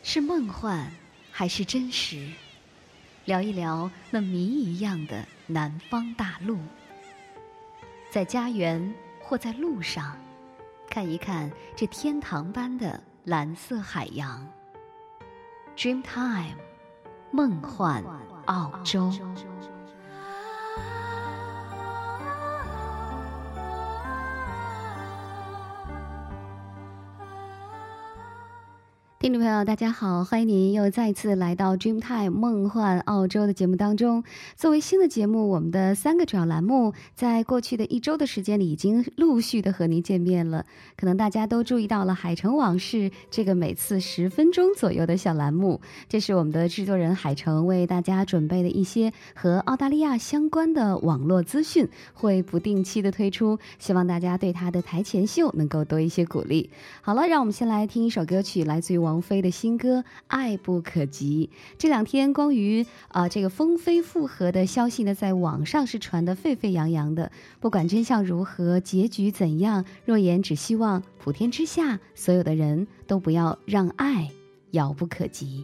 是梦幻还是真实？聊一聊那谜一样的南方大陆。在家园或在路上，看一看这天堂般的蓝色海洋。Dreamtime， 梦幻澳洲。听众朋友大家好，欢迎您又再次来到 Dreamtime 梦幻澳洲的节目当中。作为新的节目，我们的3个主要栏目在过去的1周的时间里已经陆续的和您见面了。可能大家都注意到了海城往事这个每次10分钟左右的小栏目，这是我们的制作人海城为大家准备的一些和澳大利亚相关的网络资讯，会不定期的推出，希望大家对他的台前秀能够多一些鼓励。好了，让我们先来听一首歌曲，来自于王菲的新歌《爱不可及》。这2天关于这个封菲复合的消息呢，在网上是传得沸沸扬扬的。不管真相如何，结局怎样，若言只希望普天之下所有的人都不要让爱遥不可及。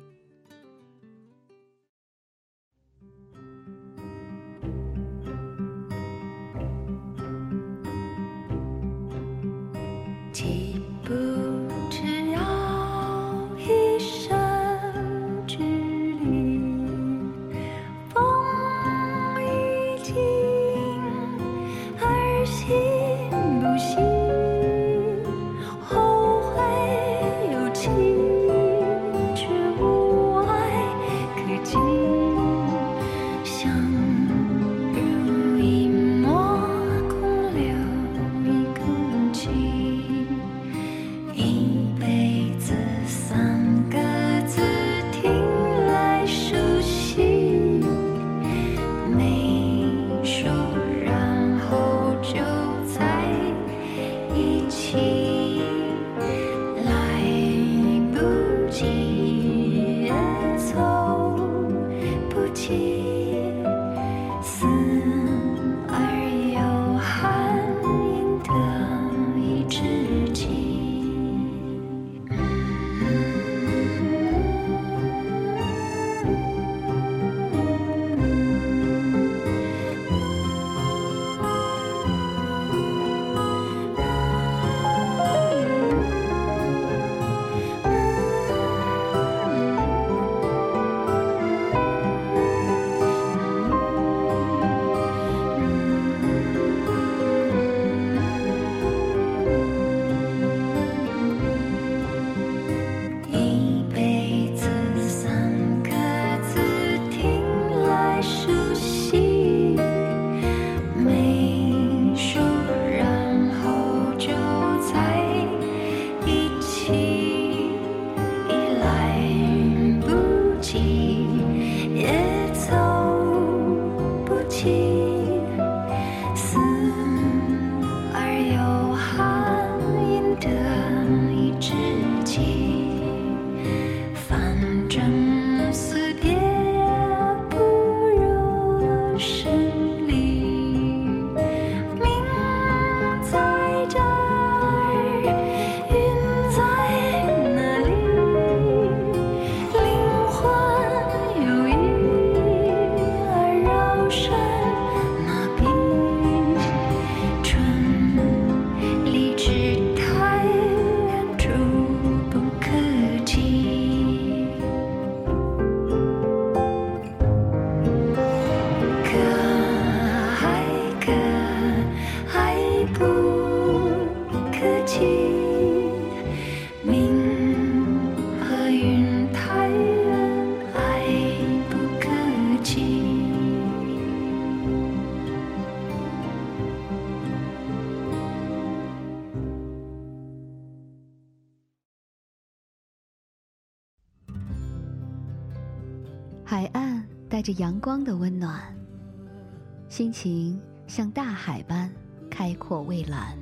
海岸带着阳光的温暖，心情像大海般开阔蔚蓝。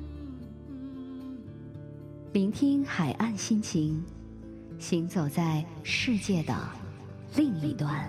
聆听海岸心情，行走在世界的另一端。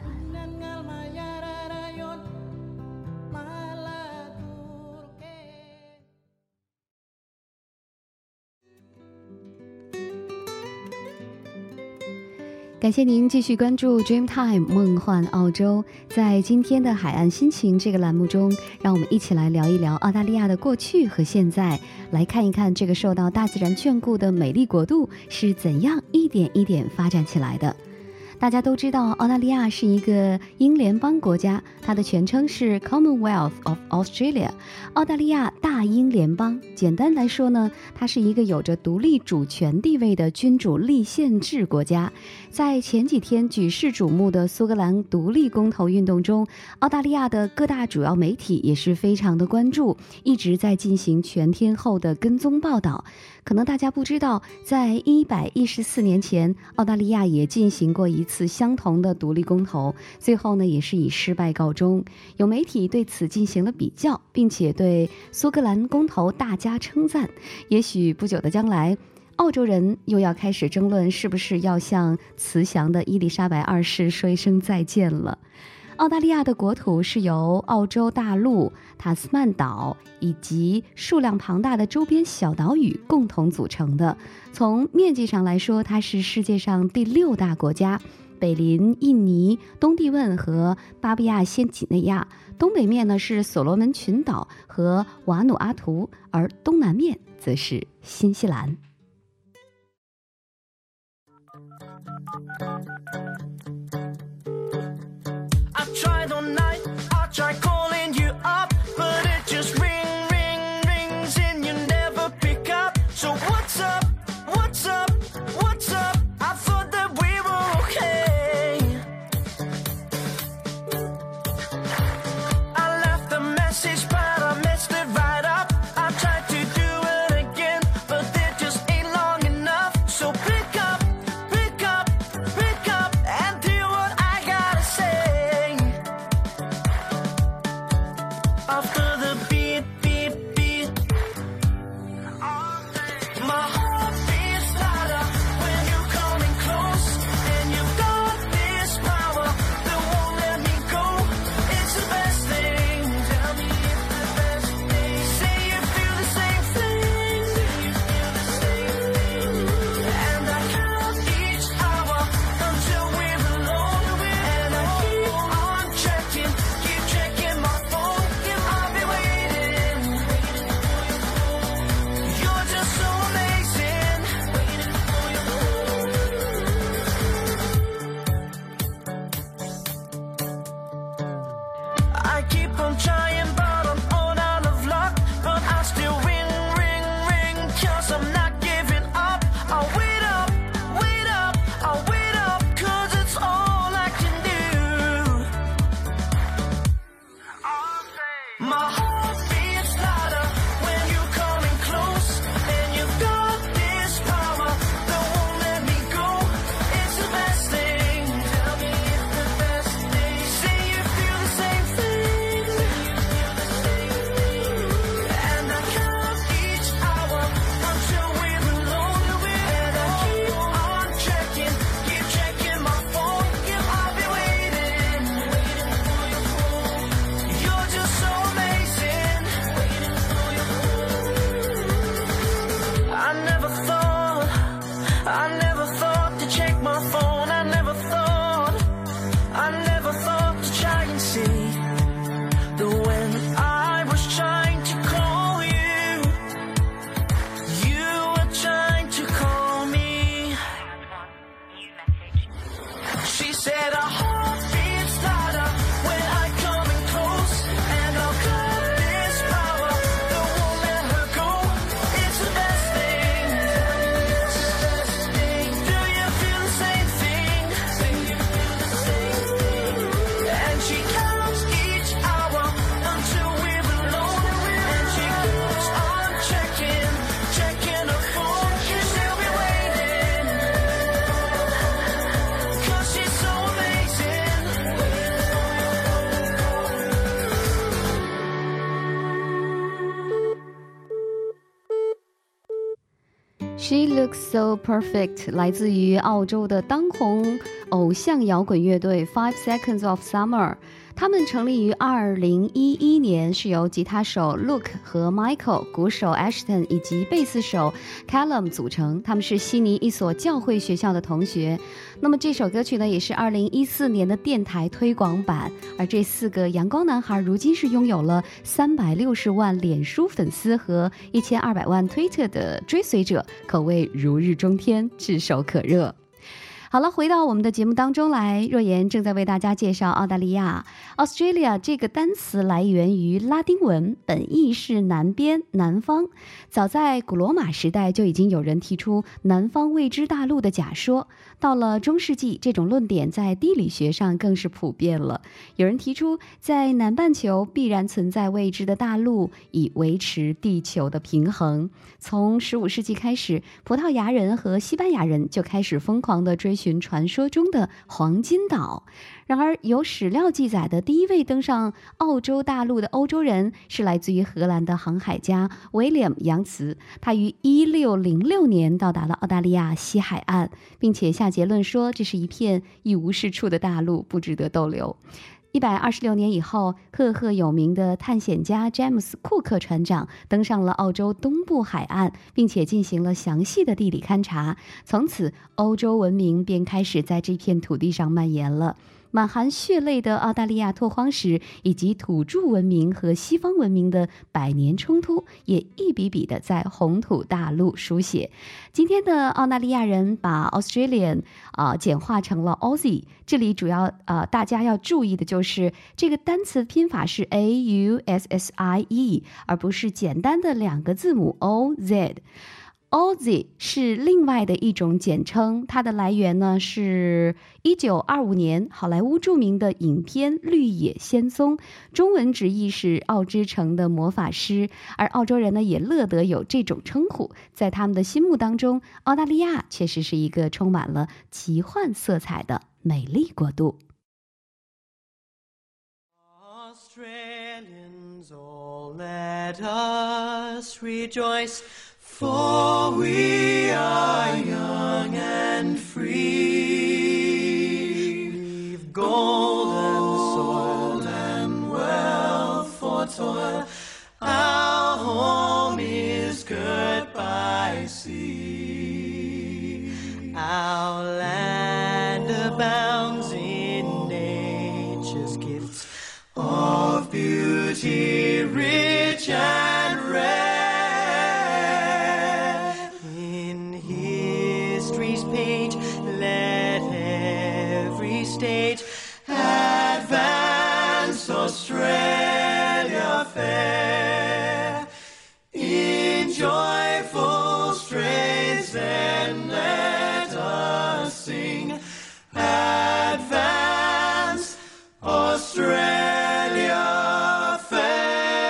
感谢您继续关注 Dreamtime 梦幻澳洲。在今天的海岸心情这个栏目中，让我们一起来聊一聊澳大利亚的过去和现在，来看一看这个受到大自然眷顾的美丽国度是怎样一点一点发展起来的。大家都知道，澳大利亚是一个英联邦国家，它的全称是 Commonwealth of Australia， 澳大利亚大英联邦。简单来说呢，它是一个有着独立主权地位的君主立宪制国家。在前几天举世瞩目的苏格兰独立公投运动中，澳大利亚的各大主要媒体也是非常的关注，一直在进行全天候的跟踪报道。可能大家不知道，在114年前，澳大利亚也进行过一次相同的独立公投，最后呢也是以失败告终。有媒体对此进行了比较，并且对苏格兰公投大加称赞。也许不久的将来，澳洲人又要开始争论是不是要向慈祥的伊丽莎白二世说一声再见了。澳大利亚的国土是由澳洲大陆、塔斯曼岛以及数量庞大的周边小岛屿共同组成的。从面积上来说，它是世界上第6大国家，北邻印尼、东帝汶和巴布亚新几内亚，东北面呢是所罗门群岛和瓦努阿图，而东南面则是新西兰。 Tried all night, I tried calling you up, but it just rings and you never pick up. So what's up, what's up, what's up? I thought that we were okay. I left a message but I messed it right up. I tried to do it again, but it just ain't long enough. So pick up, pick up, pick up and hear what I gotta say. After the beat, beat, beat, my heart beats louder when you're coming close, and you've got this power that won't let me go. It's the best thing. Tell me it's the best thing. Say you feel the same thing. And I count each hour until we're alone, and I keep on checking, keep checking my phone. I'll be waiting. You're just so amazing. I keep on trying, but I'm all out of luck. But I still ring, ring, ring, 'cause I'm not giving up. I'll wait up, wait up, I'll wait up, 'cause it's all I can do. My heart beats louder when you're coming close, and you've got this power that won't let me go. It's the best thing. Tell me it's the best thing. Say you feel the same thing. And I count each hour until we're alone, and I keep on checking, keep checking my phone. I'll be waiting. You're just so amazing. I never thought to check my phone. I never thought to try and see that when I was trying to call you, you were trying to call me. She said our heart beats louder when I come in close, and I'll cut this power that won't let her go. It's the best thing. Do you feel the same thing? And she counts each hour until we're alone, and she keeps on checking, checking her phone. She'll be waiting, 'cause she's so amazing. She looks so perfect 来自于澳洲的当红偶像摇滚乐队 Five Seconds of Summer。 他们成立于2011年，是由吉他手 Luke 和 Michael、鼓手 Ashton 以及贝斯手 Callum 组成。他们是悉尼一所教会学校的同学。那么这首歌曲呢，也是2014年的电台推广版。而这4个阳光男孩如今是拥有了360万脸书粉丝和1200万 Twitter 的追随者，可谓如日中天，炙手可热。好了，回到我们的节目当中来，若言正在为大家介绍澳大利亚。Australia 这个单词来源于拉丁文，本意是南边、南方。早在古罗马时代就已经有人提出南方未知大陆的假说，到了中世纪，这种论点在地理学上更是普遍了。有人提出，在南半球必然存在未知的大陆，以维持地球的平衡。从15世纪开始，葡萄牙人和西班牙人就开始疯狂地追寻传说中的黄金岛。然而，有史料记载的第一位登上澳洲大陆的欧洲人是来自于荷兰的航海家威廉·杨茨，他于1606年到达了澳大利亚西海岸，并且下结论说这是一片一无是处的大陆，不值得逗留。126年以后，赫赫有名的探险家詹姆斯·库克船长登上了澳洲东部海岸，并且进行了详细的地理勘察。从此，欧洲文明便开始在这片土地上蔓延了。满含血泪的澳大利亚拓荒史，以及土著文明和西方文明的百年冲突，也一笔笔的在红土大陆书写。今天的澳大利亚人把 Australian 简化成了 Aussie， 这里主要大家要注意的就是这个单词拼法是 AUSSIE， 而不是简单的2个字母 OZ。Aussie 是另外的一种简称，它的来源呢是1925年好莱坞著名的影片《绿野仙踪》，中文直译是奥之城的魔法师，而澳洲人呢也乐得有这种称呼。在他们的心目当中，澳大利亚确实是一个充满了奇幻色彩的美丽国度。 Australians, all let us rejoice.For we are young and free. We've golden soil and wealth for toil. Our home is girt by sea. Our land abounds in nature's gifts of beauty, rich and rare.Stage advance Australia fair in joyful strains, then let us sing advance Australia fair.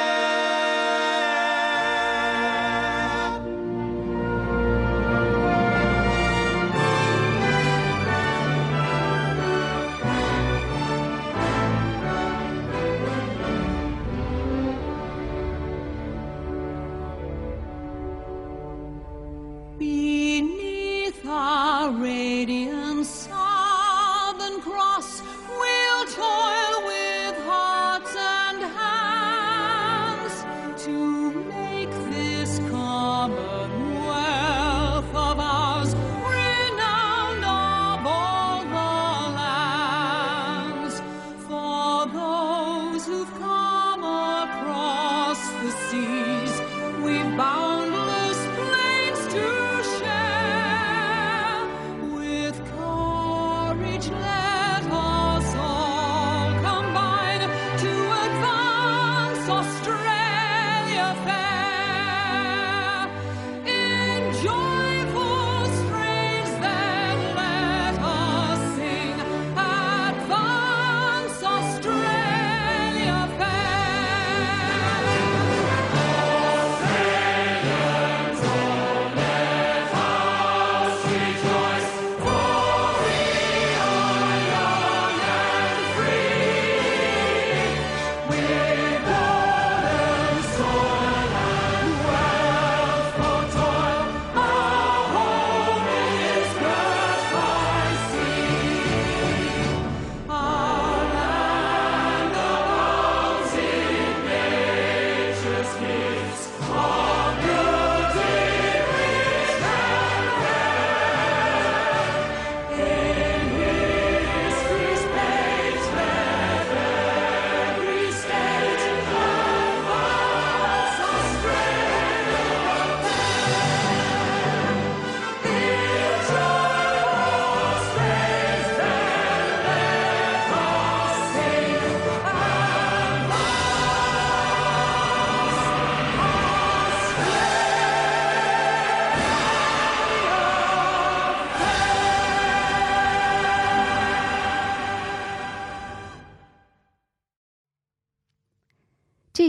Beneath our radiant southern cross, we'll toil with hearts and hands to make this commonwealth of ours renowned of all the lands. For those who've come across the seas, we've boundless plains to share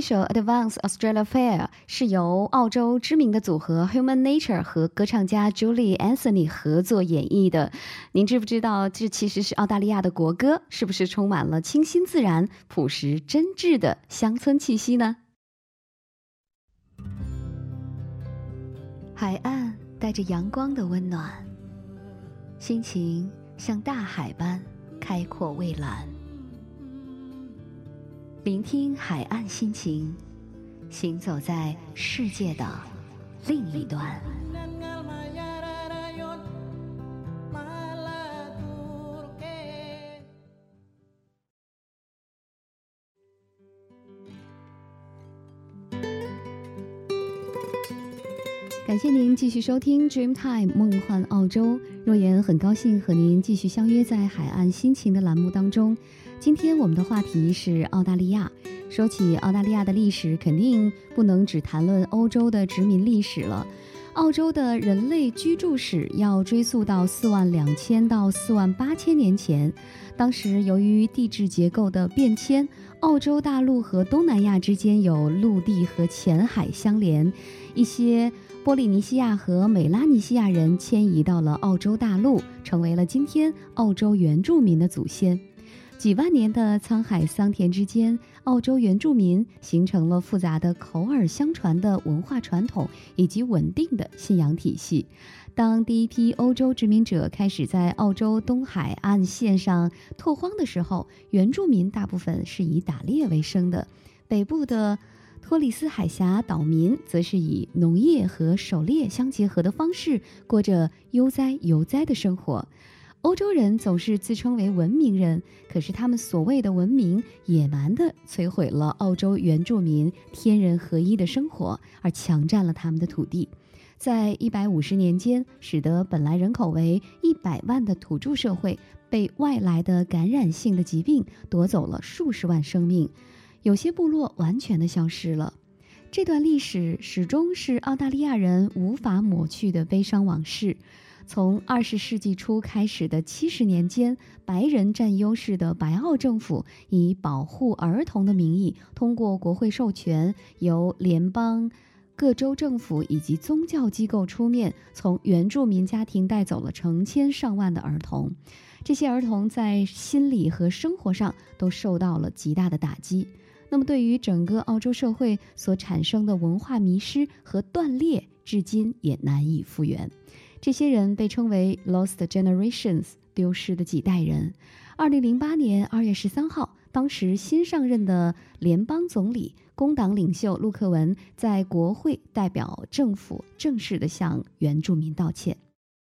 首《Advance Australia Fair》是由澳洲知名的组合 Human Nature 和歌唱家 Julie Anthony 合作演绎的。您知不知道这其实是澳大利亚的国歌？是不是充满了清新自然、朴实真挚的乡村气息呢？海岸带着阳光的温暖，心情像大海般开阔蔚蓝。聆听海岸心情，行走在世界的另一端。感谢您继续收听 Dreamtime 梦幻澳洲。若言很高兴和您继续相约在海岸心情的栏目当中。今天我们的话题是澳大利亚。说起澳大利亚的历史，肯定不能只谈论欧洲的殖民历史了。澳洲的人类居住史要追溯到42000到48000年前。当时由于地质结构的变迁，澳洲大陆和东南亚之间有陆地和浅海相连，一些波利尼西亚和美拉尼西亚人迁移到了澳洲大陆，成为了今天澳洲原住民的祖先。几万年的沧海桑田之间，澳洲原住民形成了复杂的口耳相传的文化传统以及稳定的信仰体系。当第一批欧洲殖民者开始在澳洲东海岸线上拓荒的时候，原住民大部分是以打猎为生的。北部的托里斯海峡岛民则是以农业和狩猎相结合的方式过着悠哉游哉的生活。欧洲人总是自称为文明人，可是他们所谓的文明野蛮地摧毁了澳洲原住民天人合一的生活，而强占了他们的土地。在150年间，使得本来人口为100万的土著社会被外来的感染性的疾病夺走了数十万生命，有些部落完全的消失了。这段历史始终是澳大利亚人无法抹去的悲伤往事。从20世纪初开始的70年间，白人占优势的白澳政府以保护儿童的名义，通过国会授权，由联邦、各州政府以及宗教机构出面，从原住民家庭带走了成千上万的儿童。这些儿童在心理和生活上都受到了极大的打击。那么对于整个澳洲社会所产生的文化迷失和断裂，至今也难以复原。这些人被称为 Lost Generations， 丢失的几代人。2008年2月13号，当时新上任的联邦总理、工党领袖陆克文在国会代表政府正式地向原住民道歉。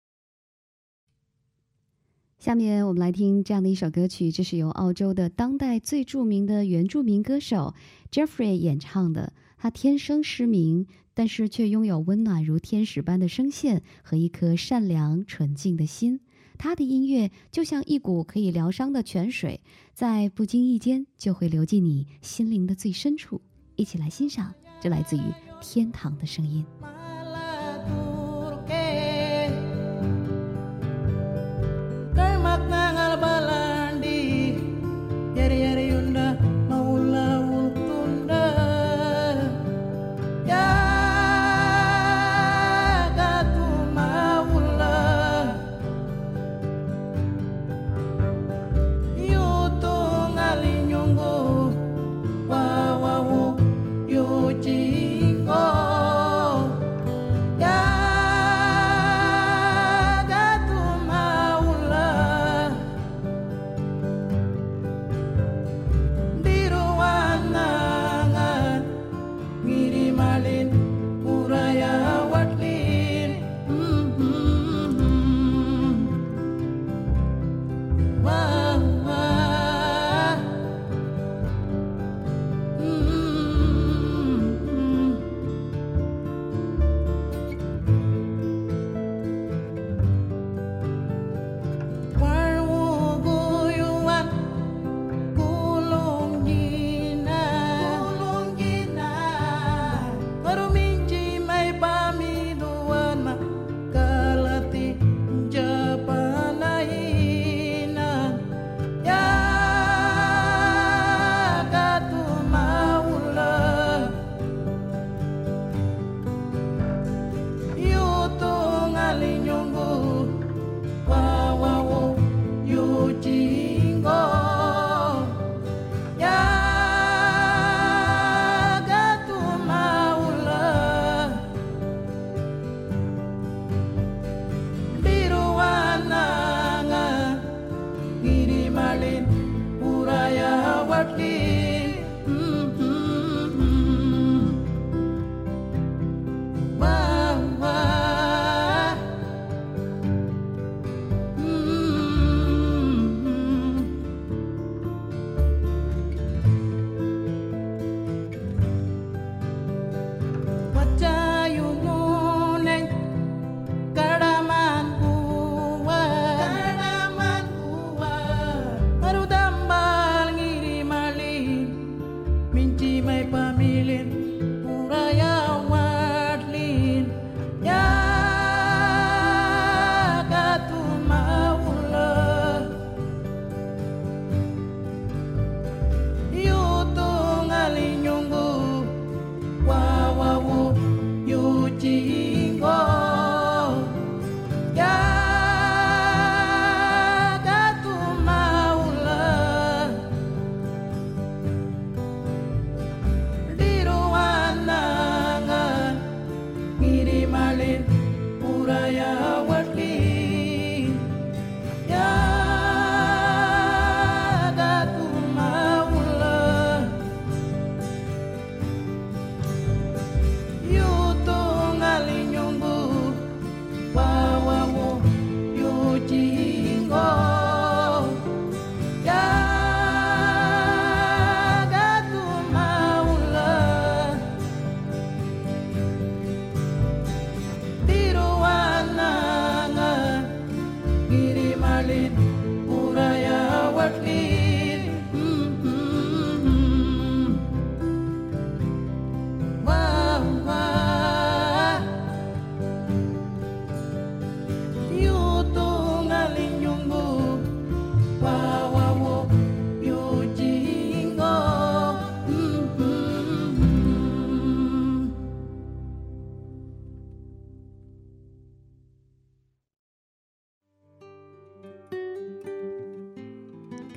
下面我们来听这样的一首歌曲，这是由澳洲的当代最著名的原住民歌手 Jeffrey 演唱的。他天生失明，但是却拥有温暖如天使般的声线和一颗善良纯净的心。他的音乐就像一股可以疗伤的泉水，在不经意间就会流进你心灵的最深处。一起来欣赏这来自于天堂的声音。 Yeah.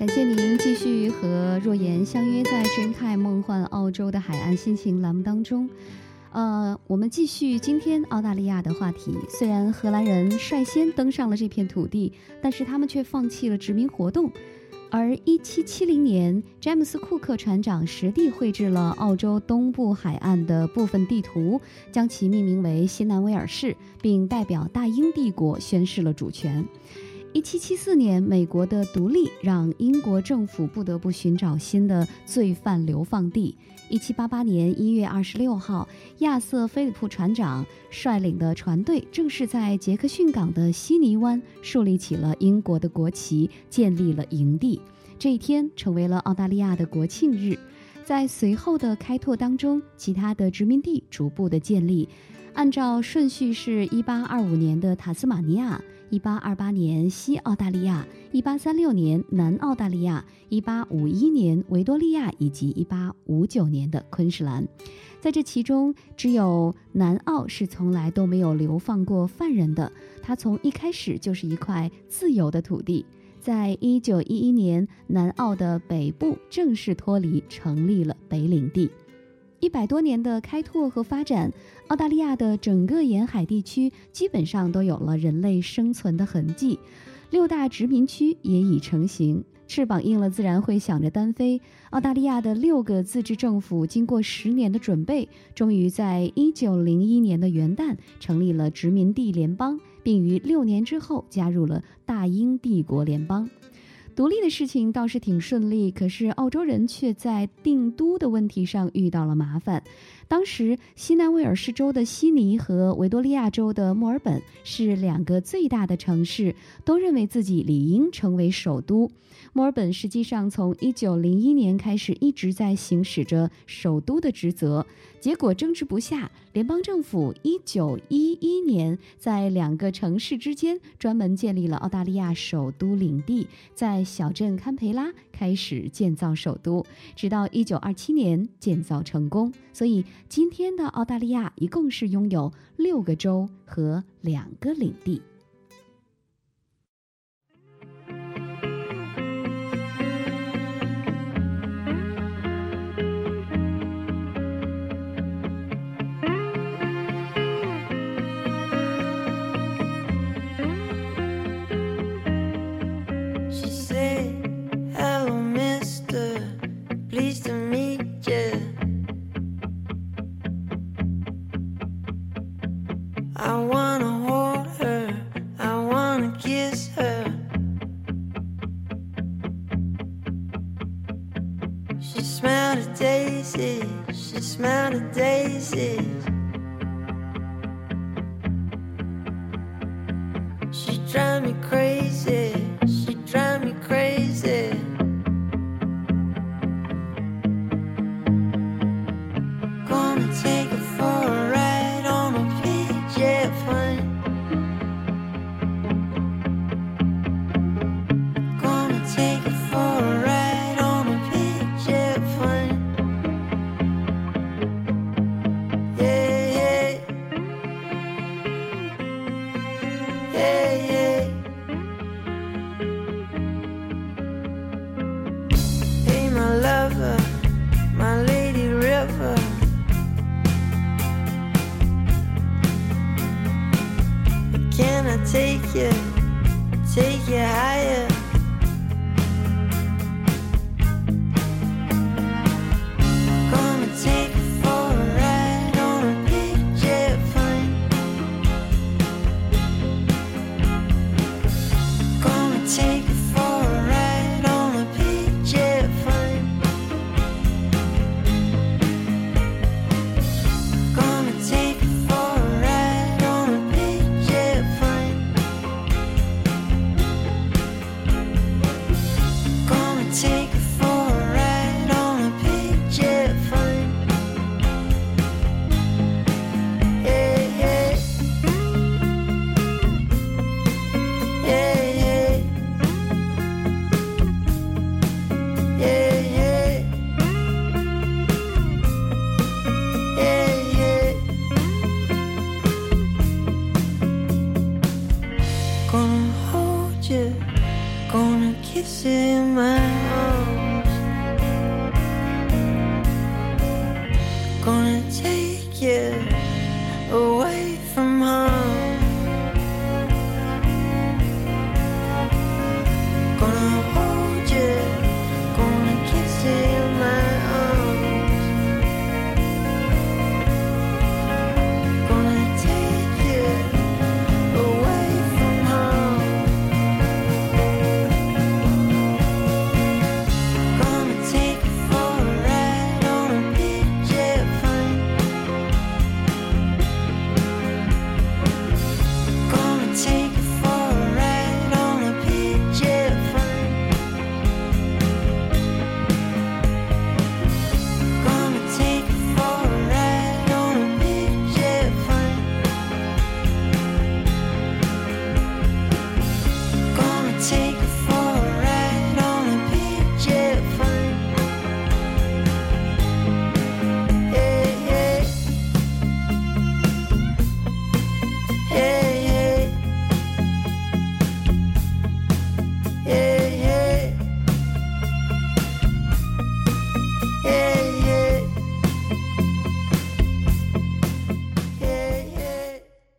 感谢您继续和若言相约在 Dreamtime 梦幻澳洲的海岸心情栏目当中。我们继续今天澳大利亚的话题。虽然荷兰人率先登上了这片土地，但是他们却放弃了殖民活动。而1770年，詹姆斯·库克船长实地绘制了澳洲东部海岸的部分地图，将其命名为新南威尔士，并代表大英帝国宣示了主权。1774年，美国的独立让英国政府不得不寻找新的罪犯流放地。1788年1月26号，亚瑟·菲利普船长率领的船队正式在杰克逊港的悉尼湾树立起了英国的国旗，建立了营地。这一天成为了澳大利亚的国庆日。在随后的开拓当中，其他的殖民地逐步的建立，按照顺序是1825年的塔斯马尼亚、1828年西澳大利亚、1836年南澳大利亚、1851年维多利亚以及1859年的昆士兰。在这其中，只有南澳是从来都没有流放过犯人的，它从一开始就是一块自由的土地。在1911年，南澳的北部正式脱离，成立了北领地。100多年的开拓和发展，澳大利亚的整个沿海地区基本上都有了人类生存的痕迹，6大殖民区也已成型。翅膀硬了自然会想着单飞。澳大利亚的6个自治政府经过10年的准备，终于在1901年的元旦成立了殖民地联邦，并于6年之后加入了大英帝国联邦。独立的事情倒是挺顺利，可是澳洲人却在定都的问题上遇到了麻烦。当时西南威尔士州的悉尼和维多利亚州的墨尔本是2个最大的城市，都认为自己理应成为首都。墨尔本实际上从1901年开始一直在行使着首都的职责，结果争执不下，联邦政府1911年在2个城市之间专门建立了澳大利亚首都领地，在小镇堪培拉开始建造首都，直到1927年建造成功。所以今天的澳大利亚一共是拥有6个州和2个领地。 She said, "Hello, mister, pleased to meet ya. I wanna hold her, I wanna kiss her." She smelled a daisy, she smelled a daisy. She drive me crazy, she drive me crazy. Gonna take her for a ride on a PJ plane. Gonna take her for a ride on a PJ plane. Yeah, yeah. Yeah, yeah. away from home. Gonna hold you, gonna kiss you in my arms. Gonna take you away from home. Gonna take you for a ride on a big jet plane. Gonna take you for a ride on a big jet plane. Gonna take you for a ride on a big jet plane. Gonna take you for a ride on a big jet plane. Hey, hey. Hey, hey. Hey, hey. Hey, hey. Hey, hey.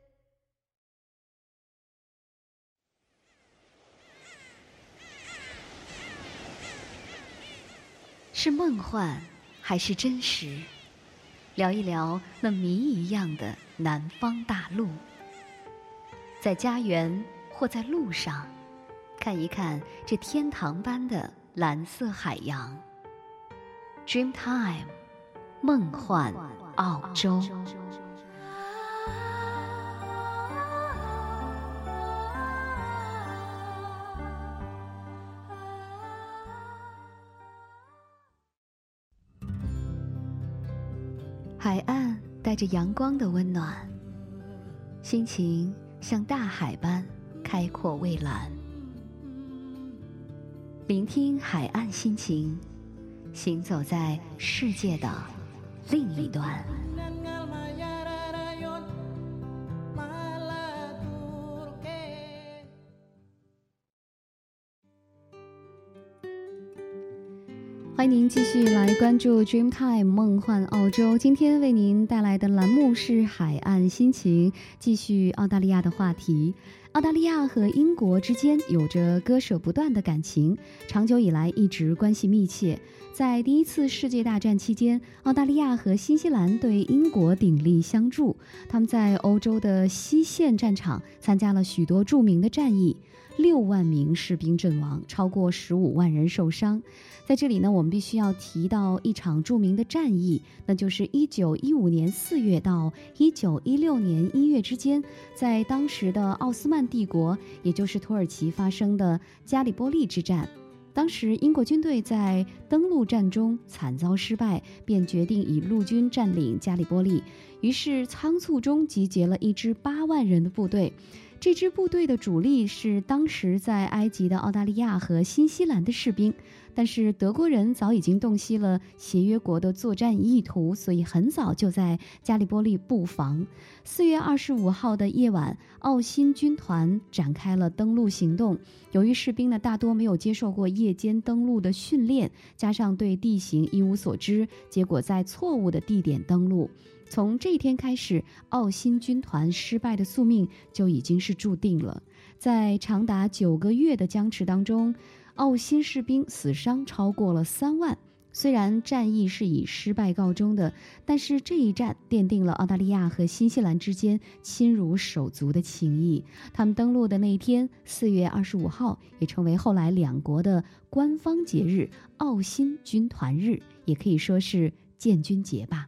是梦幻还是真实？聊一聊那谜一样的南方大陆，在家园或在路上，看一看这天堂般的蓝色海洋。Dreamtime， 梦幻澳洲。海岸带着阳光的温暖，心情像大海般开阔蔚蓝。聆听海岸心情，行走在世界的另一端。欢迎您继续来关注 Dreamtime 梦幻澳洲。今天为您带来的栏目是海岸心情，继续澳大利亚的话题。澳大利亚和英国之间有着割舍不断的感情，长久以来一直关系密切。在第一次世界大战期间，澳大利亚和新西兰对英国鼎力相助，他们在欧洲的西线战场参加了许多著名的战役，6万名士兵阵亡，超过15万人受伤。在这里呢，我们必须要提到一场著名的战役，那就是1915年4月到1916年1月之间，在当时的奥斯曼帝国，也就是土耳其发生的加里波利之战。当时英国军队在登陆战中惨遭失败，便决定以陆军占领加里波利，于是仓促中集结了一支8万人的部队。这支部队的主力是当时在埃及的澳大利亚和新西兰的士兵，但是德国人早已经洞悉了协约国的作战意图，所以很早就在加里波利布防。4月25号的夜晚，澳新军团展开了登陆行动。由于士兵呢大多没有接受过夜间登陆的训练，加上对地形一无所知，结果在错误的地点登陆。从这一天开始，澳新军团失败的宿命就已经是注定了。在长达9个月的僵持当中，澳新士兵死伤超过了3万。虽然战役是以失败告终的，但是这一战奠定了澳大利亚和新西兰之间亲如手足的情谊。他们登陆的那一天，4月25号，也成为后来两国的官方节日——澳新军团日，也可以说是建军节吧。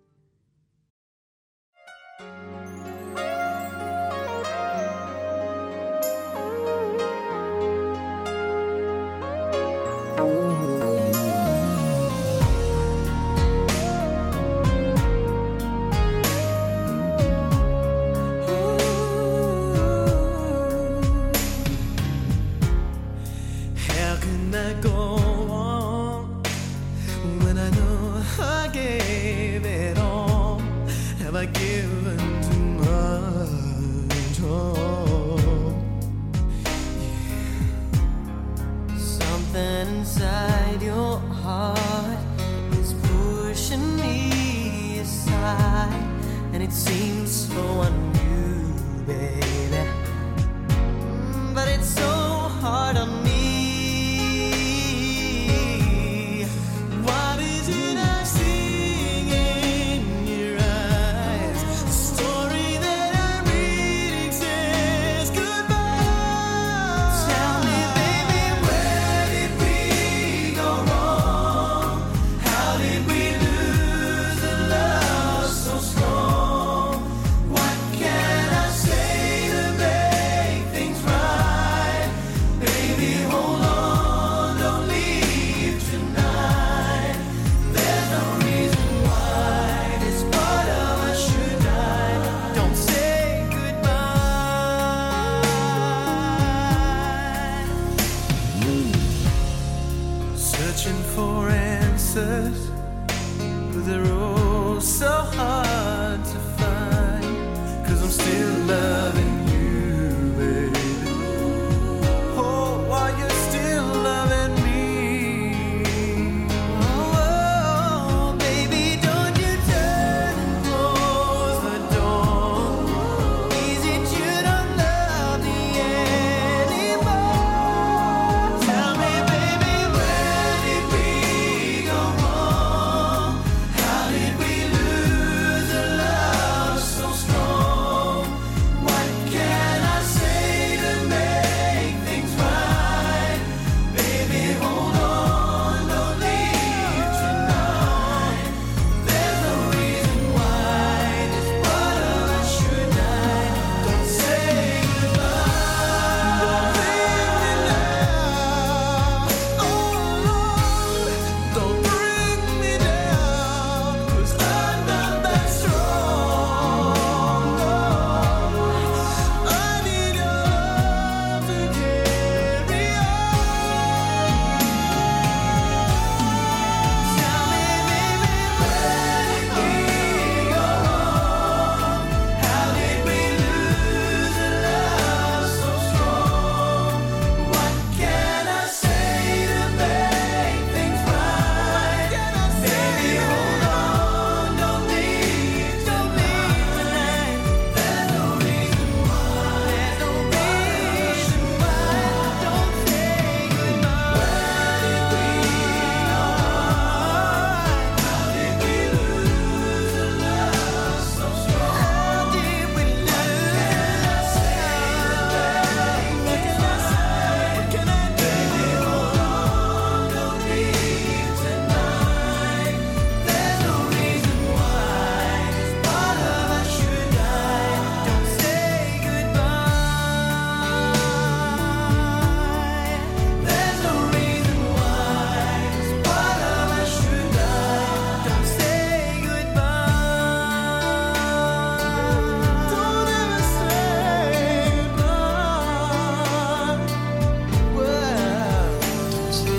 Inside your heart is pushing me aside, and it seems so unreal, baby. But it's so hard on me. What is it I'm seeing in your eyes? The story that I'm reading says goodbye. Tell me, baby, where did we go wrong? How did we lose the love so strong? What can I say to make things right? Baby, hold on, don't leave tonight. There's no reason why this part of us should die. Don't say goodbye. Searching for answers, but they're all so hard to find. 'Cause I'm still loving you, baby. Oh, while you're still loving me. Oh, baby, don't you turn and close the door. Is it you don't love me anymore? Tell me, baby, where did we go wrong? How did we lose the love so strong? What can I say to make things right? Baby, hold on, don't leave tonight. There's no reason why this part of us should die. Don't say goodbye. Don't bring me down. Oh Lord, don't bring me down. 'Cause I'm not that strong. I need your love to carry on. Tell me, baby, where did we go wrong? How did we lose a love so strong? What can I say to make things right? Baby, hold on, don't leave tonight. There's no reason why. There's no reason why. Don't say goodbye. Where did we go wrong? How did we lose a love so strong? How did we lose? What can I say? What can I do? Baby, hold on, don't leave tonight. There's no reason why this part of us should die. Don't say goodbye. There's no reason why this part of us should die. Don't say goodbye. Don't ever say goodbye. Well, don't say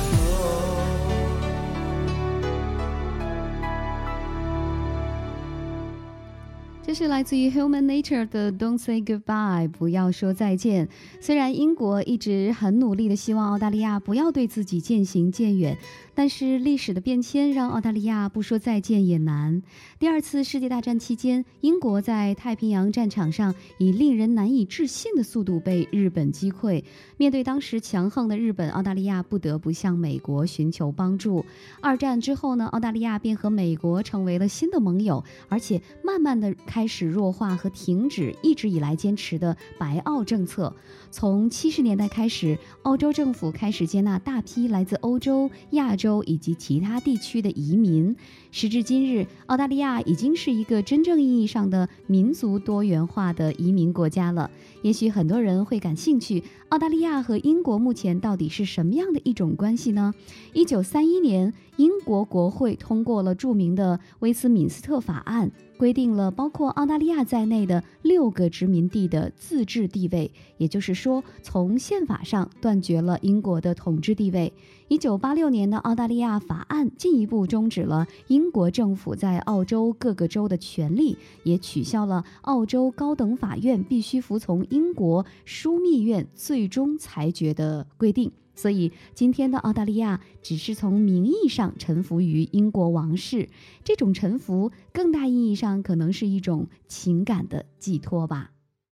goodbye. 这是来自于 Human Nature 的 Don't Say Goodbye， 不要说再见。虽然英国一直很努力的希望澳大利亚不要对自己渐行渐远，但是历史的变迁让澳大利亚不说再见也难。第二次世界大战期间，英国在太平洋战场上以令人难以置信的速度被日本击溃。面对当时强横的日本，澳大利亚不得不向美国寻求帮助。二战之后呢，澳大利亚便和美国成为了新的盟友，而且慢慢的开始弱化和停止一直以来坚持的白澳政策。从70年代开始，澳洲政府开始接纳大批来自欧洲、亚洲以及其他地区的移民。时至今日，澳大利亚已经是一个真正意义上的民族多元化的移民国家了。也许很多人会感兴趣，澳大利亚和英国目前到底是什么样的一种关系呢？1931年，英国国会通过了著名的威斯敏斯特法案，规定了包括澳大利亚在内的6个殖民地的自治地位，也就是说，从宪法上断绝了英国的统治地位。1986年的澳大利亚法案进一步终止了英国政府在澳洲各个州的权利，也取消了澳洲高等法院必须服从英国枢密院最终裁决的规定。 所以今天的澳大利亚只是从名义上臣服于英国王室，这种臣服更大意义上可能是一种情感的寄托吧。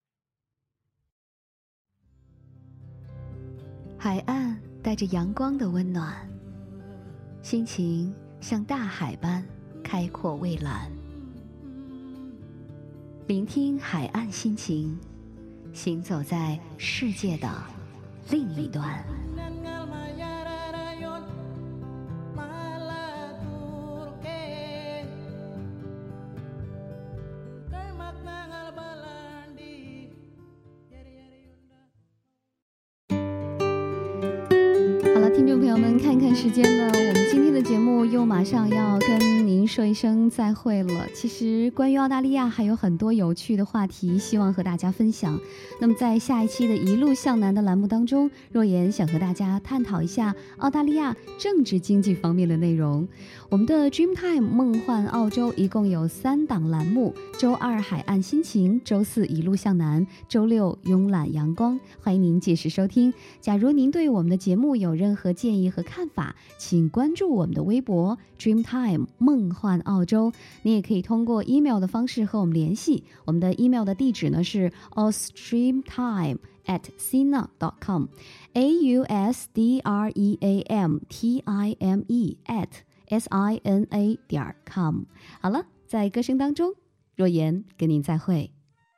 海岸带着阳光的温暖，心情像大海般开阔蔚蓝。聆听海岸心情，行走在世界的另一端。听众朋友们，看看时间呢，我们今天的节目又马上要跟您说一声再会了。其实关于澳大利亚还有很多有趣的话题，希望和大家分享。那么在下一期的一路向南的栏目当中，若言想和大家探讨一下澳大利亚政治经济方面的内容。我们的 Dreamtime 梦幻澳洲一共有3档栏目，周二海岸心情，周四一路向南，周六慵懒阳光，欢迎您届时收听。假如您对我们的节目有任何建议和看法，请关注我们的微博 Dreamtime 梦幻澳洲。你也可以通过 email 的方式和我们联系，我们的 email 的地址呢是 ausdreamtime@sina.com ausdreamtime@sina.com。 好了，在歌声当中，若言跟您再会。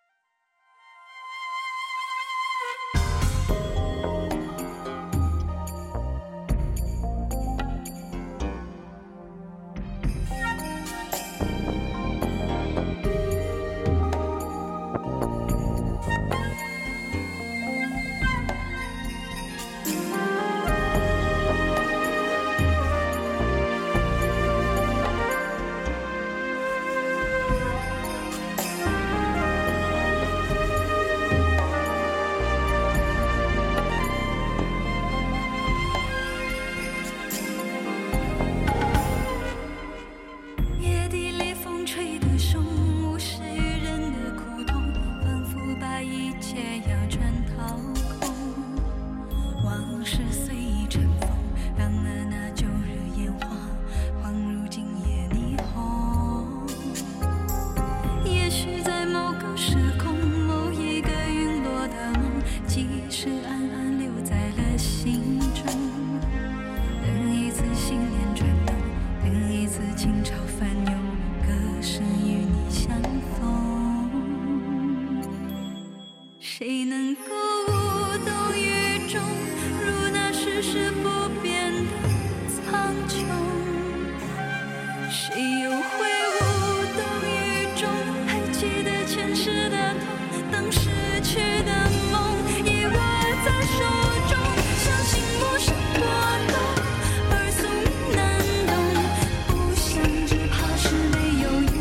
谁能够无动于衷，如那世事不变的苍穹？谁又会无动于衷？还记得前世的痛，当失去的梦已握在手中，相信陌生波动，而宿命难懂，不想只怕是没有用。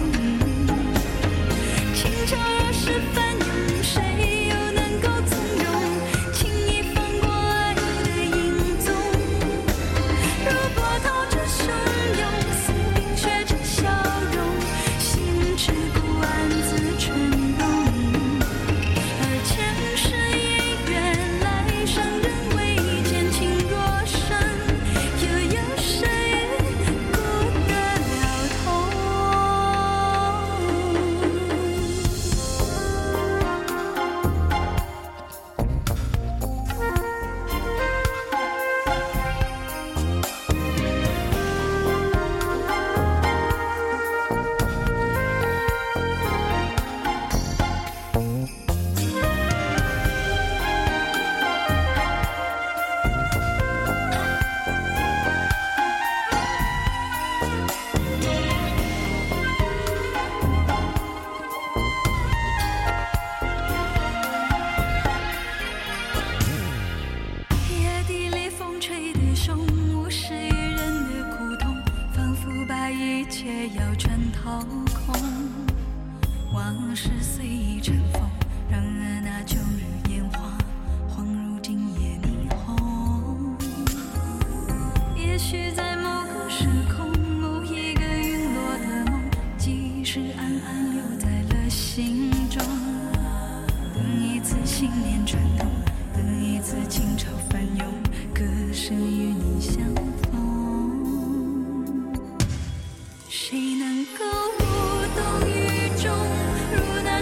清澈若是翻涌，谁又能够从容轻易放过爱的影踪？如波涛着汹涌，似冰雪着笑容，心之孤暗自沉动。而前世姻缘，来生人未见，情若深，又有谁顾得了头？夜地里风吹的凶，无视于人的苦痛，仿佛把一切要全掏空。往事随意尘封，然而那旧日烟花，恍如今夜霓虹。也许在某个时空，某一个陨落的梦，即使暗暗留在了心中。等一次信念转动，等一次情潮翻涌，歌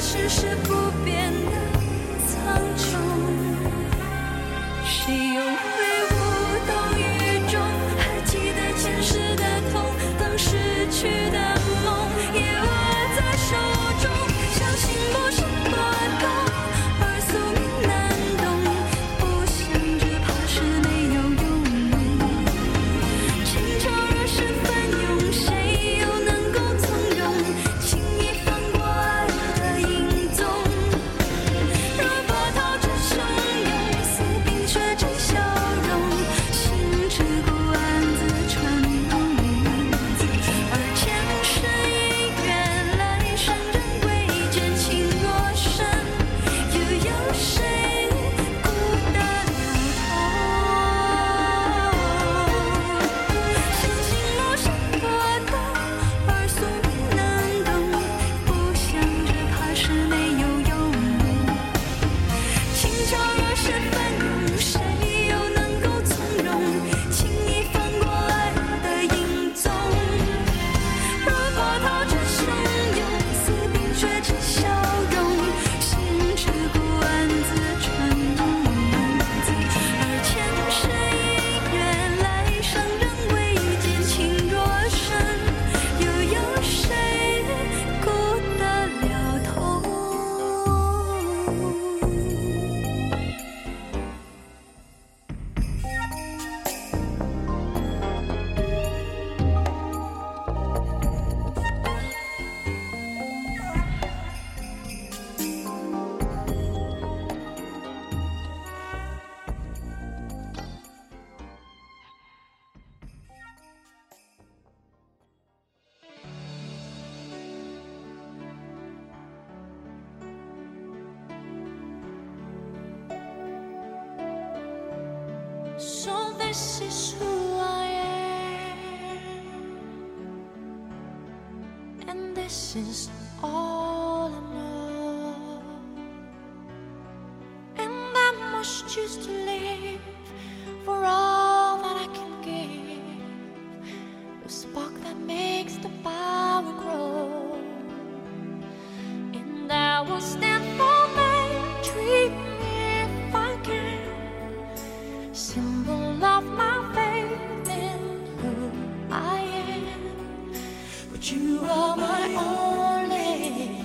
世事不变的苍穹。谁又会无动于衷？还记得前世的痛，当失去的梦也握在手中。相信梦想多高，而宿命难懂。不想只怕是没有用。情潮若是翻涌，谁又能够从容？轻易放过爱的影踪。若波涛正汹涌，似冰雪正消融，心之孤暗自传动。而前世姻缘，来生人未见，情若深，又有谁顾得了头？相信梦想多高，而宿命难懂。不想只怕是没有用。情潮若是翻涌，谁又能够从容？轻易放过爱的影踪。若波涛正汹涌，似冰雪正消融，心之孤暗自传动。而前世姻缘，来生人未见，情若深，又有谁顾得了头？So this is who I am, and this is all I know. And I must choose to live for all that I can give, the spark that makes the power grow. And I will stand for my dream if I can, symbol of my faith in who I am. But you are my only,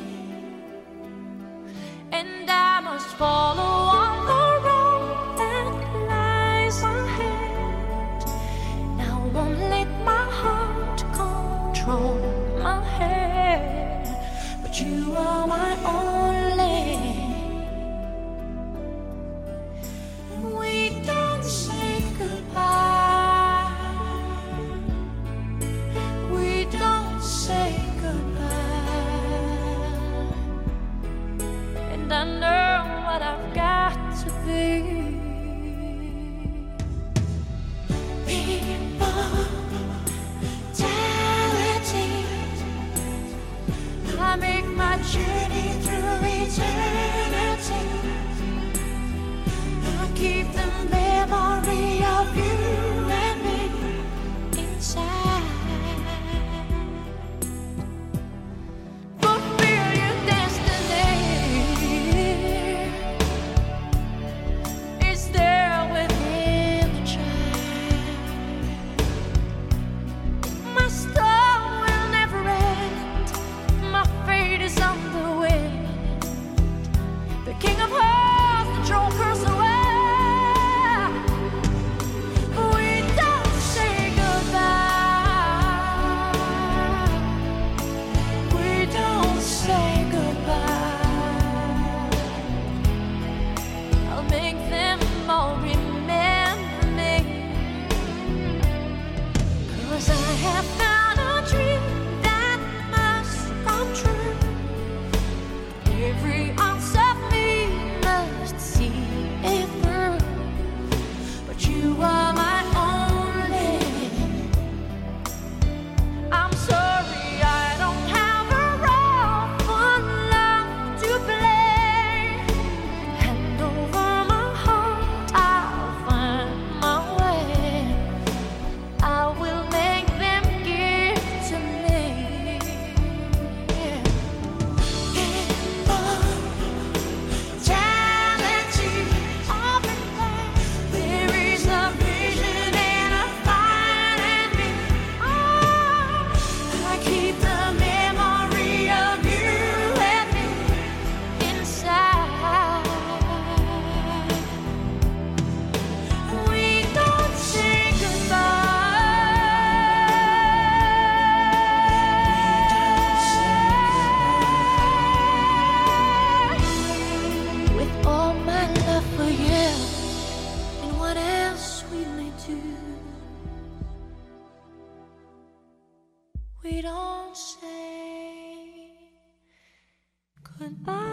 and I must follow on the road that lies ahead. And I won't let my heart control my head. But you are my only. We don't say goodbye. We don't say goodbye. And I know what I've got to be. Immortality. I make my journey through eternity. I keep the memory of you and me inside. Fulfill your destiny. we don't say goodbye.